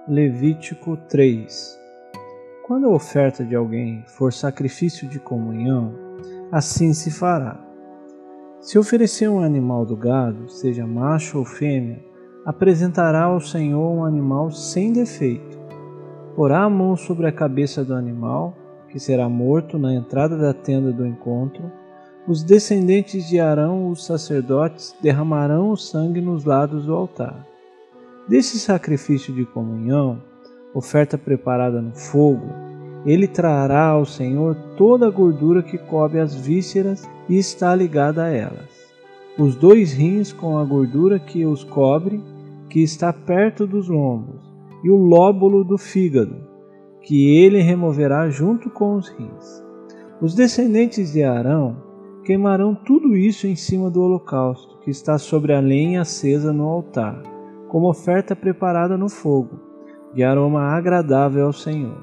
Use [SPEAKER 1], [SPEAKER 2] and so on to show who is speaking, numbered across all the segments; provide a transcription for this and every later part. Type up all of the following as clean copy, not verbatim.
[SPEAKER 1] Levítico 3. Quando a oferta de alguém for sacrifício de comunhão, assim se fará. Se oferecer um animal do gado, seja macho ou fêmea, apresentará ao Senhor um animal sem defeito. Porá a mão sobre a cabeça do animal, que será morto na entrada da tenda do encontro. Os descendentes de Arão, os sacerdotes, derramarão o sangue nos lados do altar. Desse sacrifício de comunhão, oferta preparada no fogo, ele trará ao Senhor toda a gordura que cobre as vísceras e está ligada a elas. Os 2 rins com a gordura que os cobre, que está perto dos lombos, e o lóbulo do fígado, que ele removerá junto com os rins. Os descendentes de Arão queimarão tudo isso em cima do holocausto, que está sobre a lenha acesa no altar, como oferta preparada no fogo, de aroma agradável ao Senhor.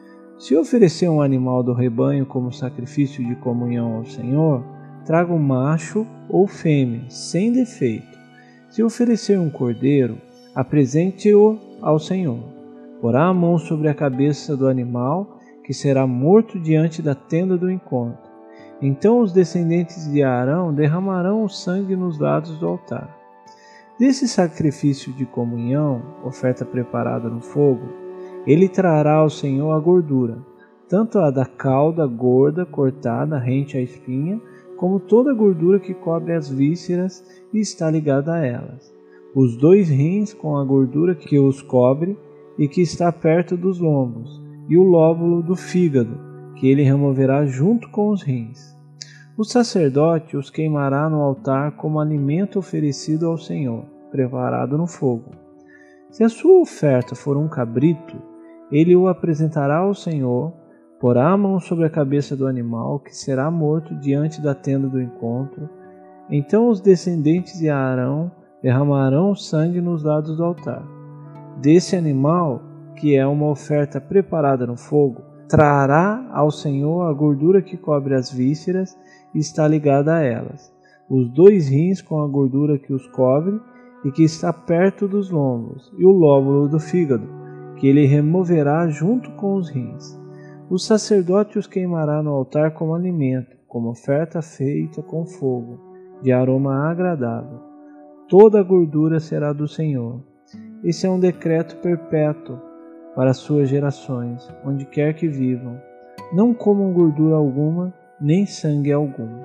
[SPEAKER 1] Se oferecer um animal do rebanho como sacrifício de comunhão ao Senhor, traga um macho ou fêmea, sem defeito. Se oferecer um cordeiro, apresente-o ao Senhor. Porá a mão sobre a cabeça do animal, que será morto diante da tenda do encontro. Então os descendentes de Arão derramarão o sangue nos lados do altar. Desse sacrifício de comunhão, oferta preparada no fogo, ele trará ao Senhor a gordura, tanto a da cauda gorda cortada rente à espinha, como toda a gordura que cobre as vísceras e está ligada a elas. Os 2 rins com a gordura que os cobre e que está perto dos lombos, e o lóbulo do fígado, que ele removerá junto com os rins. O sacerdote os queimará no altar como alimento oferecido ao Senhor, preparado no fogo. Se a sua oferta for um cabrito, ele o apresentará ao Senhor, porá a mão sobre a cabeça do animal, que será morto diante da tenda do encontro. Então os descendentes de Arão derramarão o sangue nos lados do altar. Desse animal, que é uma oferta preparada no fogo, trará ao Senhor a gordura que cobre as vísceras e está ligada a elas, os 2 rins com a gordura que os cobre e que está perto dos lombos, e o lóbulo do fígado, que ele removerá junto com os rins. O sacerdote os queimará no altar como alimento, como oferta feita com fogo, de aroma agradável. Toda a gordura será do Senhor. Esse é um decreto perpétuo para as suas gerações, onde quer que vivam. Não comam gordura alguma, nem sangue algum.